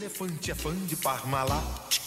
elefante é fã de Parmalat.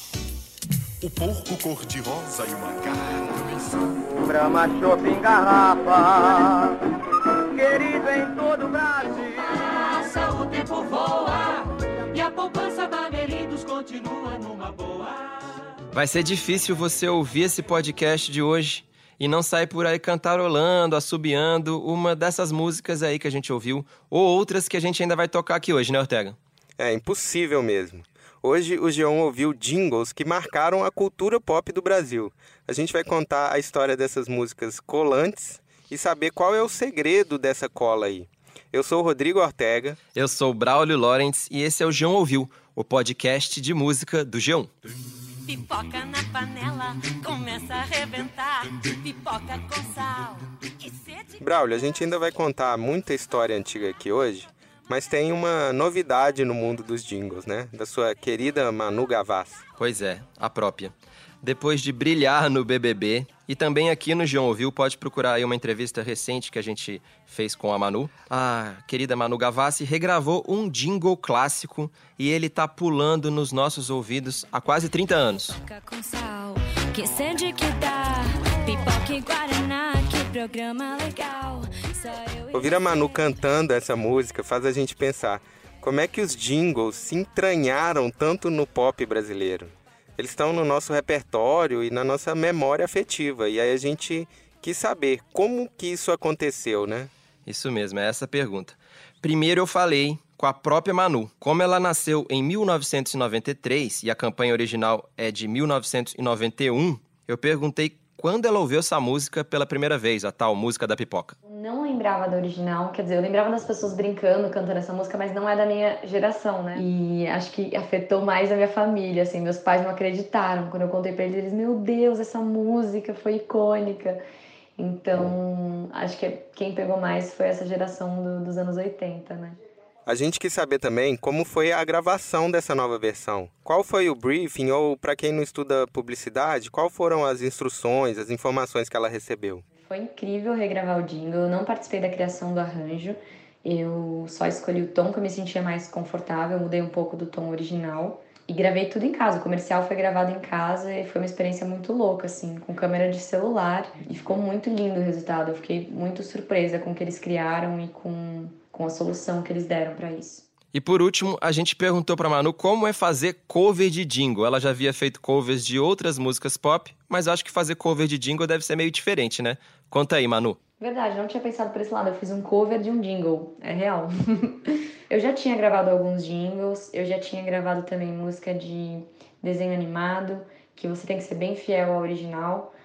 O porco cor-de-rosa e o macaco também são. Brahma Chopp em garrafa, querido em todo o Brasil. Passa o tempo voa e a poupança Bamerindos continua numa boa. Vai ser difícil você ouvir esse podcast de hoje e não sair por aí cantarolando, assobiando uma dessas músicas aí que a gente ouviu, ou outras que a gente ainda vai tocar aqui hoje, né, Ortega? É impossível mesmo. Hoje o Geon ouviu jingles que marcaram a cultura pop do Brasil. A gente vai contar a história dessas músicas colantes e saber qual é o segredo dessa cola aí. Eu sou o Rodrigo Ortega. Eu sou o Braulio Lawrence e esse é o Geon Ouviu, o podcast de música do Geon. Pipoca na panela, começa a arrebentar. Pipoca com sal. Que sede... Braulio, a gente ainda vai contar muita história antiga aqui hoje, mas tem uma novidade no mundo dos jingles, né? Da sua querida Manu Gavassi. Pois é, a própria. Depois de brilhar no BBB e também aqui no Geon Ouviu, pode procurar aí uma entrevista recente que a gente fez com a Manu. A querida Manu Gavassi regravou um jingle clássico e ele tá pulando nos nossos ouvidos há quase 30 anos. Pipoca com sal, que sede que dá. Pipoca e Guaraná, que programa legal. Ouvir a Manu cantando essa música faz a gente pensar como é que os jingles se entranharam tanto no pop brasileiro. Eles estão no nosso repertório e na nossa memória afetiva. E aí a gente quis saber como que isso aconteceu, né? Isso mesmo, é essa a pergunta. Primeiro eu falei com a própria Manu. Como ela nasceu em 1993 e a campanha original é de 1991, eu perguntei quando ela ouviu essa música pela primeira vez, a tal música da pipoca. Não lembrava da original, quer dizer, eu lembrava das pessoas brincando, cantando essa música, mas não é da minha geração, né? E acho que afetou mais a minha família, assim, meus pais não acreditaram. Quando eu contei pra eles, meu Deus, essa música foi icônica. Então, acho que quem pegou mais foi essa geração dos anos 80, né? A gente quis saber também como foi a gravação dessa nova versão. Qual foi o briefing, ou para quem não estuda publicidade, qual foram as instruções, as informações que ela recebeu? Foi incrível regravar o jingle, eu não participei da criação do arranjo, eu só escolhi o tom que eu me sentia mais confortável, mudei um pouco do tom original e gravei tudo em casa. O comercial foi gravado em casa e foi uma experiência muito louca, assim, com câmera de celular, e ficou muito lindo o resultado. Eu fiquei muito surpresa com o que eles criaram e com a solução que eles deram para isso. E por último, a gente perguntou pra Manu como é fazer cover de jingle. Ela já havia feito covers de outras músicas pop, mas acho que fazer cover de jingle deve ser meio diferente, né? Conta aí, Manu. Verdade, não tinha pensado por esse lado. Eu fiz um cover de um jingle, é real. Eu já tinha gravado alguns jingles, eu já tinha gravado também música de desenho animado, que você tem que ser bem fiel ao original.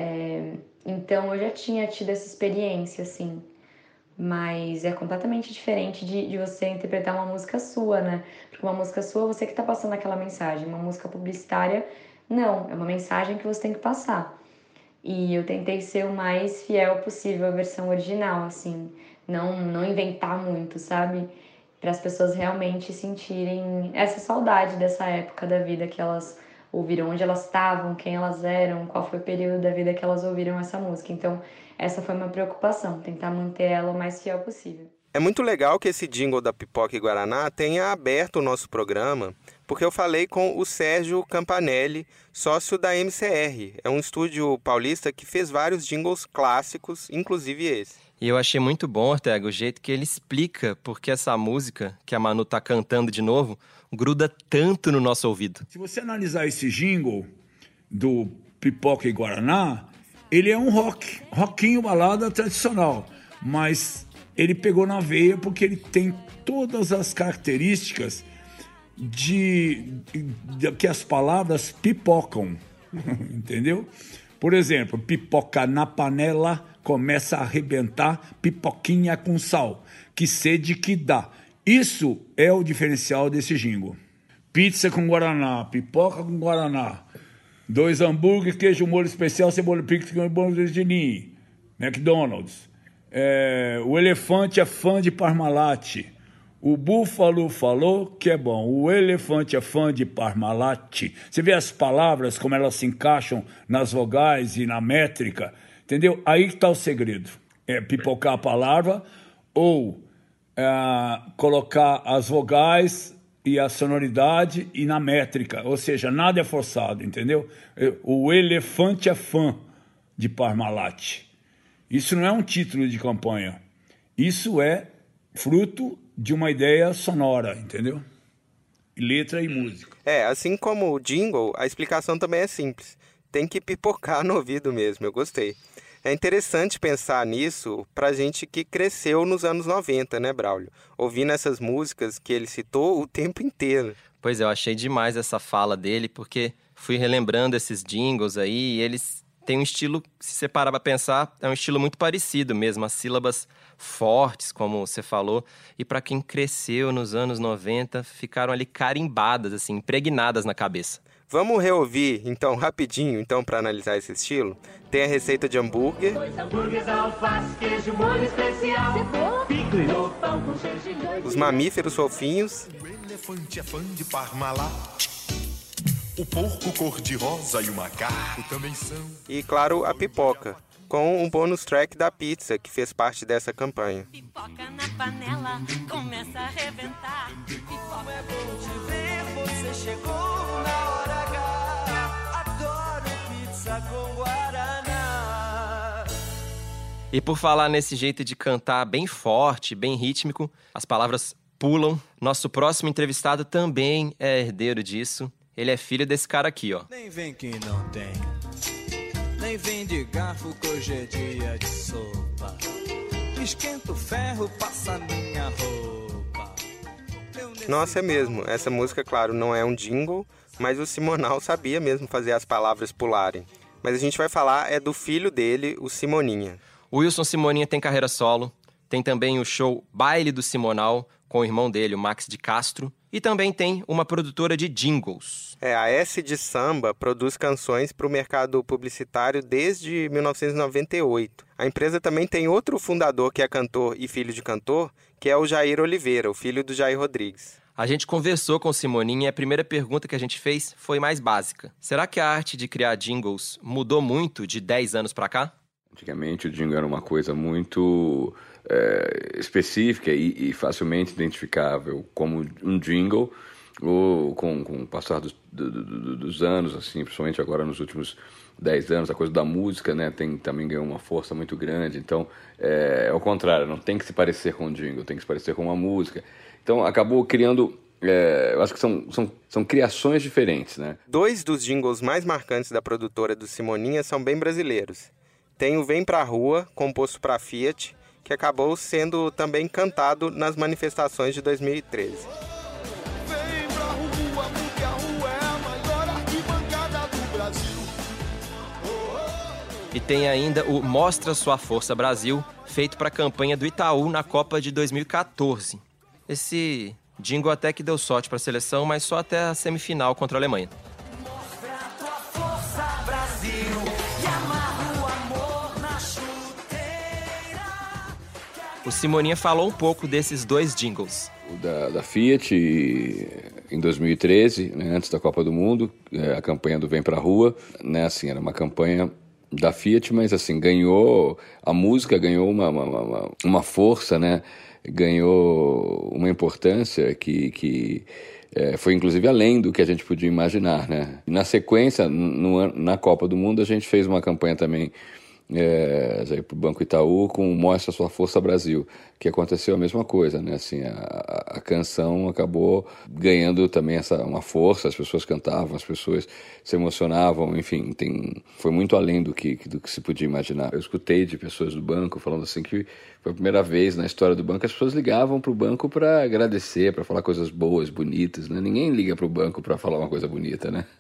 Então eu já tinha tido essa experiência, assim. Mas é completamente diferente de você interpretar uma música sua, né? Porque uma música sua, você que tá passando aquela mensagem. Uma música publicitária, não. É uma mensagem que você tem que passar. E eu tentei ser o mais fiel possível à versão original, assim. Não inventar muito, sabe? Para as pessoas realmente sentirem essa saudade dessa época da vida que elas ouviram, onde elas estavam, quem elas eram, qual foi o período da vida que elas ouviram essa música. Então, essa foi uma preocupação, tentar manter ela o mais fiel possível. É muito legal que esse jingle da Pipoca e Guaraná tenha aberto o nosso programa, porque eu falei com o Sérgio Campanelli, sócio da MCR. É um estúdio paulista que fez vários jingles clássicos, inclusive esse. E eu achei muito bom, Ortega, o jeito que ele explica porque essa música que a Manu tá cantando de novo gruda tanto no nosso ouvido. Se você analisar esse jingle do Pipoca e Guaraná, ele é um rockinho, balada tradicional, mas ele pegou na veia porque ele tem todas as características de que as palavras pipocam, entendeu? Por exemplo, pipoca na panela, começa a arrebentar, pipoquinha com sal, que sede que dá. Isso é o diferencial desse jingle. Pizza com Guaraná, pipoca com Guaraná, 2 hambúrguer, queijo molho especial, cebola picles com molho de gergelim, McDonald's. O elefante é fã de Parmalat. O búfalo falou que é bom. O elefante é fã de Parmalat. Você vê as palavras, como elas se encaixam nas vogais e na métrica, entendeu? Aí que está o segredo. É pipocar a palavra ou colocar as vogais e a sonoridade e na métrica, ou seja, nada é forçado, entendeu? O elefante é fã de Parmalat. Isso não é um título de campanha, isso é fruto de uma ideia sonora, entendeu? Letra e música. Assim como o jingle, a explicação também é simples. Tem que pipocar no ouvido mesmo, eu gostei. É interessante pensar nisso pra gente que cresceu nos anos 90, né, Braulio? Ouvindo essas músicas que ele citou o tempo inteiro. Pois é, eu achei demais essa fala dele, porque fui relembrando esses jingles aí e eles têm um estilo, se você parar pra pensar, é um estilo muito parecido mesmo, as sílabas fortes, como você falou, e pra quem cresceu nos anos 90, ficaram ali carimbadas, assim, impregnadas na cabeça. Vamos reouvir, então, rapidinho, então, para analisar esse estilo. Tem a receita de hambúrguer. Alface, queijo, molho especial. Picles, pão com gergelim. Os mamíferos fofinhos. O elefante é fã de Parmalat. O porco cor-de-rosa e o macaco também são. E, claro, a pipoca, com um bônus track da pizza, que fez parte dessa campanha. Pipoca na panela, começa a arrebentar. Pipoca é bom de ver, você chegou na hora H. Adoro pizza com guaraná. E por falar nesse jeito de cantar bem forte, bem rítmico, as palavras pulam. Nosso próximo entrevistado também é herdeiro disso. Ele é filho desse cara aqui, ó. Nem vem que não tem, nem vem de garfo que hoje é dia de sopa. Esquenta o ferro, passa minha roupa. Nossa, é mesmo. Essa música, claro, não é um jingle, mas o Simonal sabia mesmo fazer as palavras pularem. Mas a gente vai falar do filho dele, o Simoninha. O Wilson Simoninha tem carreira solo, tem também o show Baile do Simonal, com o irmão dele, o Max de Castro, e também tem uma produtora de jingles. A S de Samba produz canções para o mercado publicitário desde 1998. A empresa também tem outro fundador que é cantor e filho de cantor, que é o Jair Oliveira, o filho do Jair Rodrigues. A gente conversou com o Simoninha e a primeira pergunta que a gente fez foi mais básica. Será que a arte de criar jingles mudou muito de 10 anos para cá? Antigamente o jingle era uma coisa muito específica e facilmente identificável como um jingle, ou com o passar dos anos, assim, principalmente agora nos últimos 10 anos, a coisa da música, né, também ganhou uma força muito grande. Então, é ao contrário, não tem que se parecer com um jingle, tem que se parecer com uma música. Então, acabou criando... eu acho que são criações diferentes, né? 2 dos jingles mais marcantes da produtora do Simoninha são bem brasileiros. Tem o Vem Pra Rua, composto para Fiat, que acabou sendo também cantado nas manifestações de 2013. Vem pra rua, porque a rua é a maior arquibancada do Brasil. E tem ainda o Mostra Sua Força Brasil, feito para a campanha do Itaú na Copa de 2014. Esse jingle até que deu sorte para a seleção, mas só até a semifinal contra a Alemanha. Mostra tua força, Brasil, e amarra o amor na chuteira. O Simoninha falou um pouco desses 2 jingles. O da Fiat, em 2013, né, antes da Copa do Mundo, a campanha do Vem Pra Rua, né, assim, era uma campanha da Fiat, mas assim, a música ganhou uma força, né, ganhou uma importância que foi inclusive além do que a gente podia imaginar, né. Na sequência, na Copa do Mundo, a gente fez uma campanha também para o Banco Itaú com Mostra Sua Força Brasil, que aconteceu a mesma coisa, né? Assim, a canção acabou ganhando também uma força, as pessoas cantavam, as pessoas se emocionavam, enfim, foi muito além do que se podia imaginar. Eu escutei de pessoas do banco falando assim que foi a primeira vez na história do banco que as pessoas ligavam para o banco para agradecer, para falar coisas boas, bonitas, né? Ninguém liga para o banco para falar uma coisa bonita, né?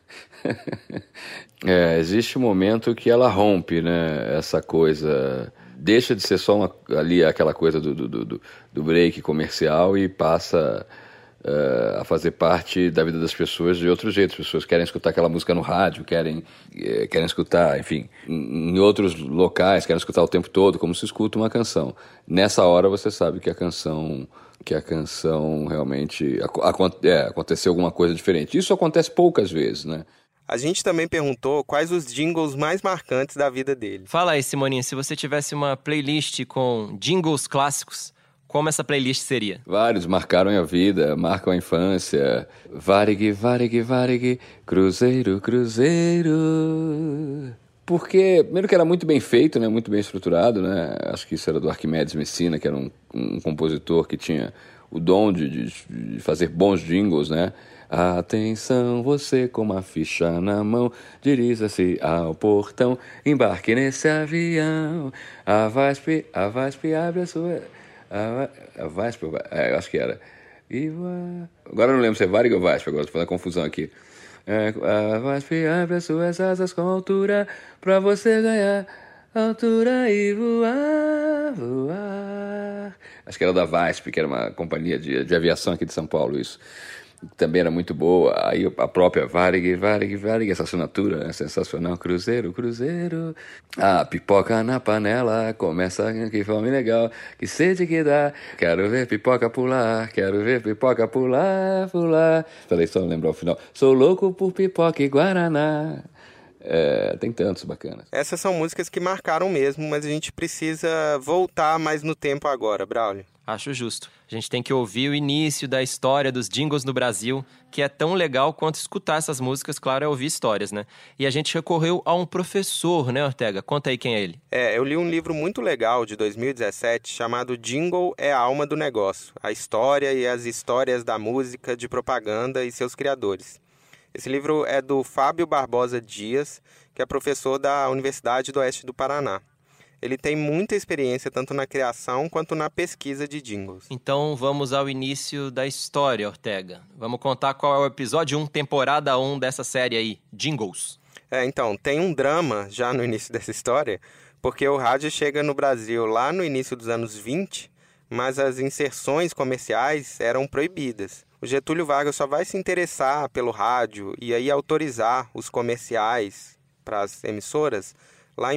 Existe um momento que ela rompe, né? Essa coisa deixa de ser só ali aquela coisa do break comercial e passa a fazer parte da vida das pessoas de outro jeito. As pessoas querem escutar aquela música no rádio, querem escutar, enfim, em outros locais, querem escutar o tempo todo, como se escuta uma canção. Nessa hora você sabe que a canção realmente aconteceu alguma coisa diferente. Isso acontece poucas vezes, né? A gente também perguntou quais os jingles mais marcantes da vida dele. Fala aí, Simoninha, se você tivesse uma playlist com jingles clássicos, como essa playlist seria? Vários marcaram a vida, marcam a infância. Varig, varig, varig, cruzeiro, cruzeiro. Porque, primeiro que era muito bem feito, né? Muito bem estruturado, né? Acho que isso era do Arquimedes Messina, que era um compositor que tinha o dom de fazer bons jingles, né? Atenção, você com uma ficha na mão, dirija-se ao portão, embarque nesse avião. A VASP abre a sua... A VASP, eu acho que era. Agora eu não lembro se é Varig ou VASP, agora estou fazendo confusão aqui. A VASP abre as suas asas com altura pra você ganhar altura e voar, voar. Acho que era da VASP, que era uma companhia de aviação aqui de São Paulo, isso. Também era muito boa. Aí a própria Varig, Varig, Varig, essa assinatura é sensacional. Cruzeiro, cruzeiro. A pipoca na panela, começa que fome legal, que sede que dá. Quero ver pipoca pular, quero ver pipoca pular, pular. Falei só lembrar o final. Sou louco por pipoca e guaraná. Tem tantos bacanas. Essas são músicas que marcaram mesmo, mas a gente precisa voltar mais no tempo agora, Braulio. Acho justo. A gente tem que ouvir o início da história dos jingles no Brasil, que é tão legal quanto escutar essas músicas, claro, é ouvir histórias, né? E a gente recorreu a um professor, né, Ortega? Conta aí quem é ele. Eu li um livro muito legal de 2017 chamado Jingle é a Alma do Negócio, a história e as histórias da música, de propaganda e seus criadores. Esse livro é do Fábio Barbosa Dias, que é professor da Universidade do Oeste do Paraná. Ele tem muita experiência tanto na criação quanto na pesquisa de jingles. Então vamos ao início da história, Ortega. Vamos contar qual é o episódio 1, temporada 1 dessa série aí, Jingles. Então, tem um drama já no início dessa história, porque o rádio chega no Brasil lá no início dos anos 20, mas as inserções comerciais eram proibidas. O Getúlio Vargas só vai se interessar pelo rádio e aí autorizar os comerciais para as emissoras lá em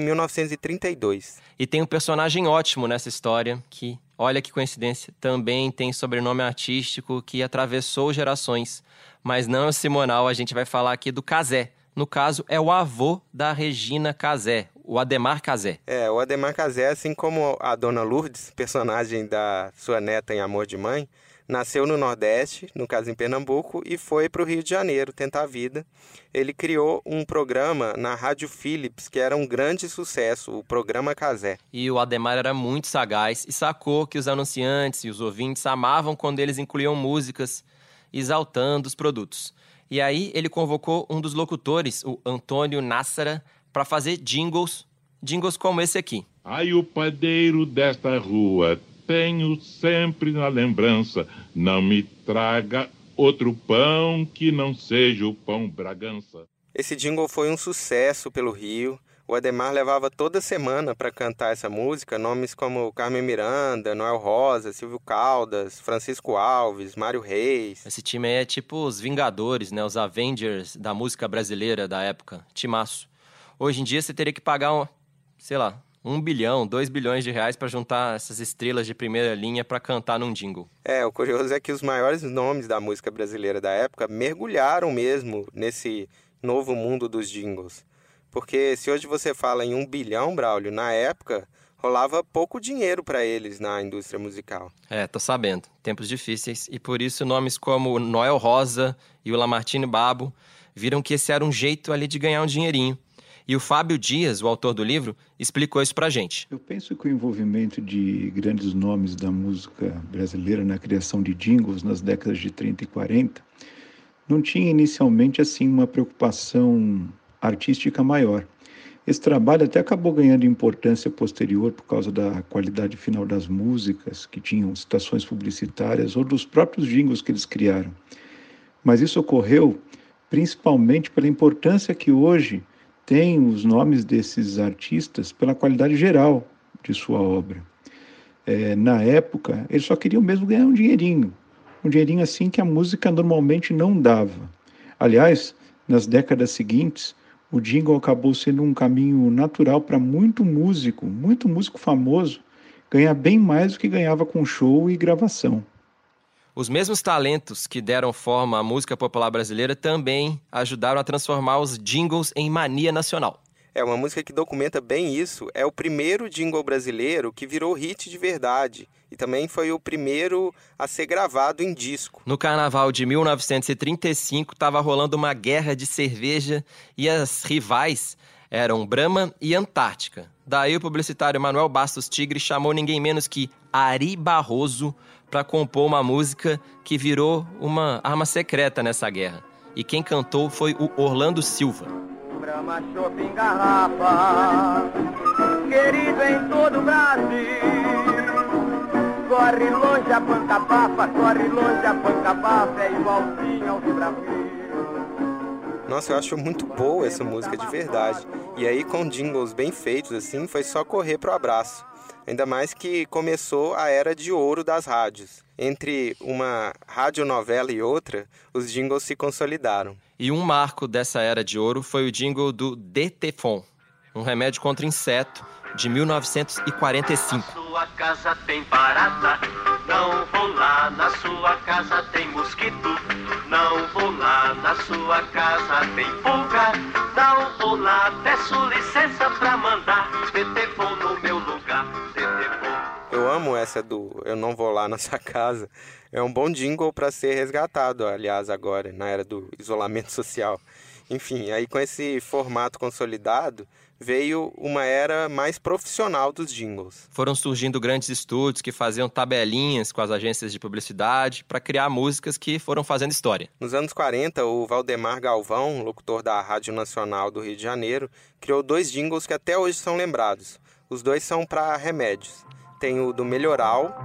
1932. E tem um personagem ótimo nessa história que, olha que coincidência, também tem sobrenome artístico que atravessou gerações. Mas não é o Simonal, a gente vai falar aqui do Cazé. No caso, é o avô da Regina Casé, o Adhemar Casé. O Adhemar Casé, assim como a Dona Lourdes, personagem da sua neta em Amor de Mãe, nasceu no Nordeste, no caso em Pernambuco, e foi para o Rio de Janeiro tentar a vida. Ele criou um programa na Rádio Philips, que era um grande sucesso, o programa Cazé. E o Adhemar era muito sagaz e sacou que os anunciantes e os ouvintes amavam quando eles incluíam músicas exaltando os produtos. E aí ele convocou um dos locutores, o Antônio Nassara, para fazer jingles como esse aqui. Ai, o padeiro desta rua... Tenho sempre na lembrança, não me traga outro pão que não seja o pão Bragança. Esse jingle foi um sucesso pelo Rio. O Adhemar levava toda semana para cantar essa música nomes como Carmen Miranda, Noel Rosa, Silvio Caldas, Francisco Alves, Mário Reis. Esse time aí é tipo os Vingadores, né? Os Avengers da música brasileira da época. Timaço. Hoje em dia você teria que pagar, 1 bilhão, 2 bilhões de reais para juntar essas estrelas de primeira linha para cantar num jingle. O curioso é que os maiores nomes da música brasileira da época mergulharam mesmo nesse novo mundo dos jingles. Porque se hoje você fala em 1 bilhão, Braulio, na época rolava pouco dinheiro para eles na indústria musical. Tô sabendo. Tempos difíceis. E por isso nomes como Noel Rosa e o Lamartine Babo viram que esse era um jeito ali de ganhar um dinheirinho. E o Fábio Dias, o autor do livro, explicou isso pra gente. Eu penso que o envolvimento de grandes nomes da música brasileira na criação de jingles nas décadas de 30 e 40 não tinha inicialmente assim uma preocupação artística maior. Esse trabalho até acabou ganhando importância posterior por causa da qualidade final das músicas, que tinham citações publicitárias, ou dos próprios jingles que eles criaram. Mas isso ocorreu principalmente pela importância que hoje tem os nomes desses artistas pela qualidade geral de sua obra. Na época, eles só queriam mesmo ganhar um dinheirinho assim que a música normalmente não dava. Aliás, nas décadas seguintes, o jingle acabou sendo um caminho natural para muito músico famoso, ganhar bem mais do que ganhava com show e gravação. Os mesmos talentos que deram forma à música popular brasileira também ajudaram a transformar os jingles em mania nacional. Uma música que documenta bem isso é o primeiro jingle brasileiro que virou hit de verdade E também foi o primeiro a ser gravado em disco. No carnaval de 1935, estava rolando uma guerra de cerveja e as rivais eram Brahma e Antártica. Daí o publicitário Manuel Bastos Tigre chamou ninguém menos que Ari Barroso para compor uma música que virou uma arma secreta nessa guerra. E quem cantou foi o Orlando Silva. Brahma Chopp em garrafa, querido em todo o Brasil. Corre longe a banca bafa, corre longe a banca bafa, é igualzinho ao do Brasil. Nossa, eu acho muito boa essa música de verdade. E aí, com jingles bem feitos assim, foi só correr pro abraço. Ainda mais que começou a era de ouro das rádios. Entre uma radionovela e outra, os jingles se consolidaram. E um marco dessa era de ouro foi o jingle do Detefon, um remédio contra inseto, de 1945. Na sua casa tem barata, não vou lá. Na sua casa tem mosquito, não vou lá. Na sua casa tem pulga, não vou lá. Peço licença pra mandar Detefon no meu lugar. Detefon. Eu amo essa do Eu Não Vou Lá na Sua Casa. É um bom jingle para ser resgatado, aliás, agora, na era do isolamento social. Enfim, aí com esse formato consolidado, veio uma era mais profissional dos jingles. Foram surgindo grandes estúdios que faziam tabelinhas com as agências de publicidade para criar músicas que foram fazendo história. Nos anos 40, o Valdemar Galvão, locutor da Rádio Nacional do Rio de Janeiro, criou 2 jingles que até hoje são lembrados. Os 2 são para remédios. Tem o do Melhoral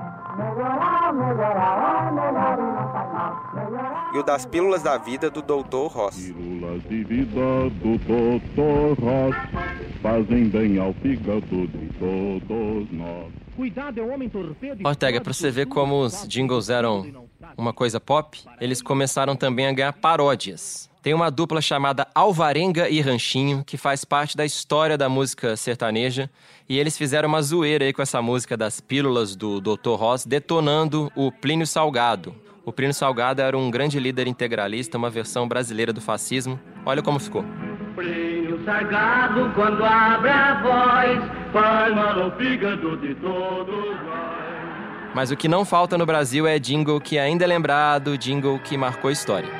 e o das Pílulas da Vida do Dr. Ross. Pílulas de vida do Dr. Ross fazem bem ao fígado de todos nós. Cuidado, é o homem torpedo. Ortega, pra você ver como os jingles eram uma coisa pop, eles começaram também a ganhar paródias. Tem uma dupla chamada Alvarenga e Ranchinho, que faz parte da história da música sertaneja, e eles fizeram uma zoeira aí com essa música das Pílulas do Dr. Ross, detonando o Plínio Salgado. O Plínio Salgado era um grande líder integralista, uma versão brasileira do fascismo. Olha como ficou. Plínio Salgado, quando abre a voz, faz mal ao fígado de todos nós. Mas o que não falta no Brasil é jingle que ainda é lembrado, jingle que marcou história.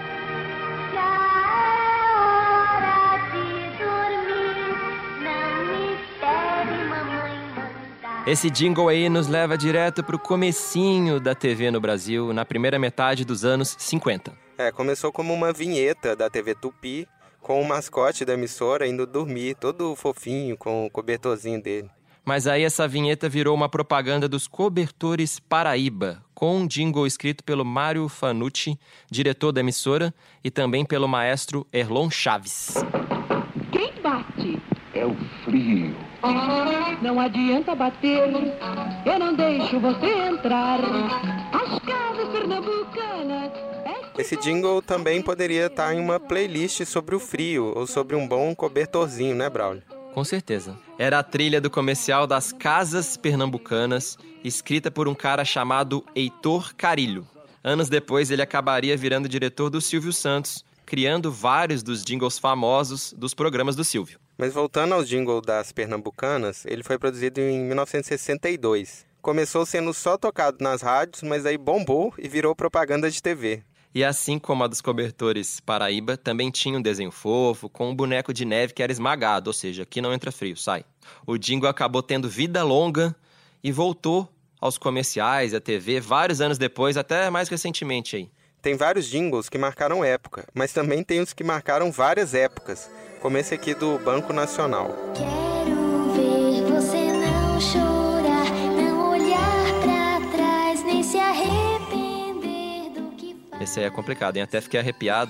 Esse jingle aí nos leva direto pro comecinho da TV no Brasil, na primeira metade dos anos 50. Começou como uma vinheta da TV Tupi, com o mascote da emissora indo dormir, todo fofinho, com o cobertorzinho dele. Mas aí essa vinheta virou uma propaganda dos Cobertores Paraíba, com um jingle escrito pelo Mário Fanucci, diretor da emissora, e também pelo maestro Erlon Chaves. Quem bate? É o frio. Não adianta bater, eu não deixo você entrar. As casas pernambucanas. Esse jingle também poderia estar em uma playlist sobre o frio, ou sobre um bom cobertorzinho, né, Braulio? Com certeza. Era a trilha do comercial das Casas Pernambucanas, escrita por um cara chamado Heitor Carilho. Anos depois, ele acabaria virando diretor do Silvio Santos, criando vários dos jingles famosos dos programas do Silvio. Mas voltando ao jingle das Pernambucanas, ele foi produzido em 1962. Começou sendo só tocado nas rádios, mas aí bombou e virou propaganda de TV. E assim como a dos Cobertores Paraíba, também tinha um desenho fofo, com um boneco de neve que era esmagado, ou seja, aqui não entra frio, sai. O jingle acabou tendo vida longa e voltou aos comerciais, à TV, vários anos depois, até mais recentemente aí. Tem vários jingles que marcaram época, mas também tem os que marcaram várias épocas, como esse aqui do Banco Nacional. Quero ver você não chorar, não olhar pra trás, nem se arrepender do que faz. Esse aí é complicado, hein? Até fiquei arrepiado.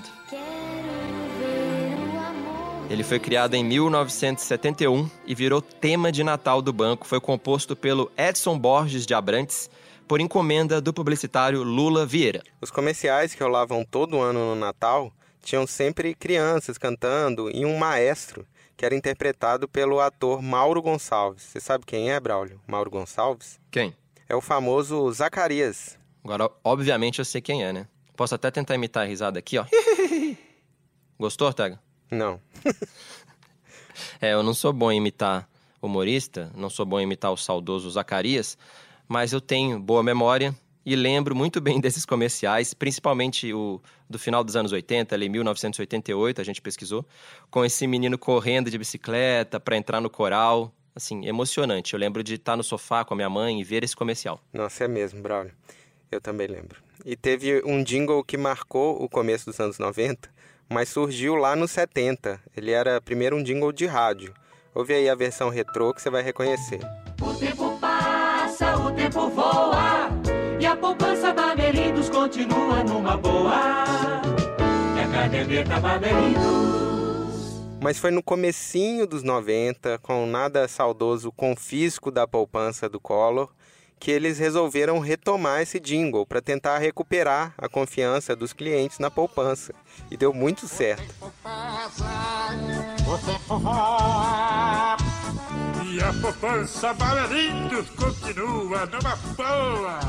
Ele foi criado em 1971 e virou tema de Natal do banco. Foi composto pelo Edson Borges de Abrantes, por encomenda do publicitário Lula Vieira. Os comerciais que rolavam todo ano no Natal tinham sempre crianças cantando e um maestro, que era interpretado pelo ator Mauro Gonçalves. Você sabe quem é, Braulio? Mauro Gonçalves? Quem? É o famoso Zacarias. Agora, obviamente, eu sei quem é, né? Posso até tentar imitar a risada aqui, ó. Gostou, Ortega? Não. Eu não sou bom em imitar humorista, não sou bom em imitar o saudoso Zacarias, mas eu tenho boa memória e lembro muito bem desses comerciais, principalmente o do final dos anos 80, ali 1988, a gente pesquisou, com esse menino correndo de bicicleta para entrar no coral. Assim, emocionante. Eu lembro de estar no sofá com a minha mãe e ver esse comercial. Nossa, é mesmo, Braulio. Eu também lembro. E teve um jingle que marcou o começo dos anos 90, mas surgiu lá nos 70. Ele era primeiro um jingle de rádio. Ouve aí a versão retrô que você vai reconhecer. O tempo passa, o tempo voa, e a poupança Bamerindos continua numa boa. E a caderneta Bamerindos. Mas foi no comecinho dos 90, com o nada saudoso confisco da poupança do Collor, que eles resolveram retomar esse jingle para tentar recuperar a confiança dos clientes na poupança. E deu muito certo. E a poupança Bamerindos continua numa boa.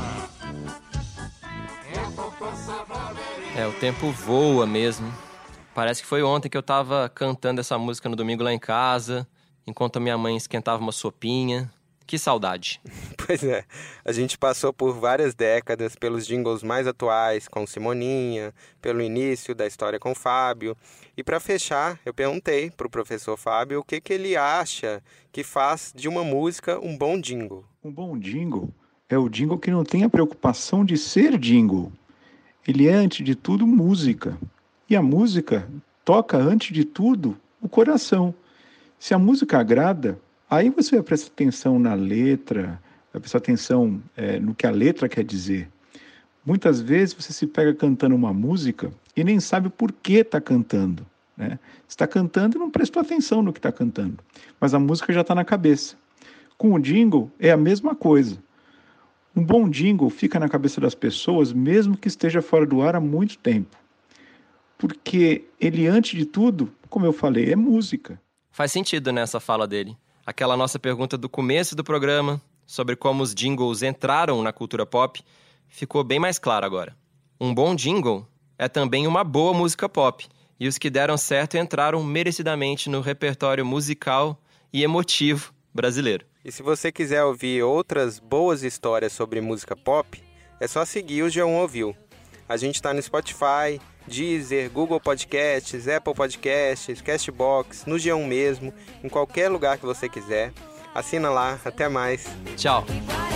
O tempo voa mesmo. Parece que foi ontem que eu tava cantando essa música no domingo lá em casa, enquanto a minha mãe esquentava uma sopinha. Que saudade. Pois é, a gente passou por várias décadas pelos jingles mais atuais com Simoninha, pelo início da história com o Fábio. E para fechar, eu perguntei pro professor Fábio o que ele acha que faz de uma música um bom jingle. Um bom jingle é o jingle que não tem a preocupação de ser jingle. Ele é, antes de tudo, música. E a música toca, antes de tudo, o coração. Se a música agrada, aí você vai prestar atenção na letra, vai prestar atenção no que a letra quer dizer. Muitas vezes você se pega cantando uma música e nem sabe por que está cantando, né? Você está cantando e não prestou atenção no que está cantando, mas a música já está na cabeça. Com o jingle é a mesma coisa. Um bom jingle fica na cabeça das pessoas, mesmo que esteja fora do ar há muito tempo. Porque ele, antes de tudo, como eu falei, é música. Faz sentido nessa fala dele. Aquela nossa pergunta do começo do programa, sobre como os jingles entraram na cultura pop, ficou bem mais claro agora. Um bom jingle é também uma boa música pop, e os que deram certo entraram merecidamente no repertório musical e emotivo brasileiro. E se você quiser ouvir outras boas histórias sobre música pop, é só seguir o G1 Ouviu. A gente está no Spotify, Deezer, Google Podcasts, Apple Podcasts, Castbox, no G1 mesmo, em qualquer lugar que você quiser. Assina lá, até mais. Tchau.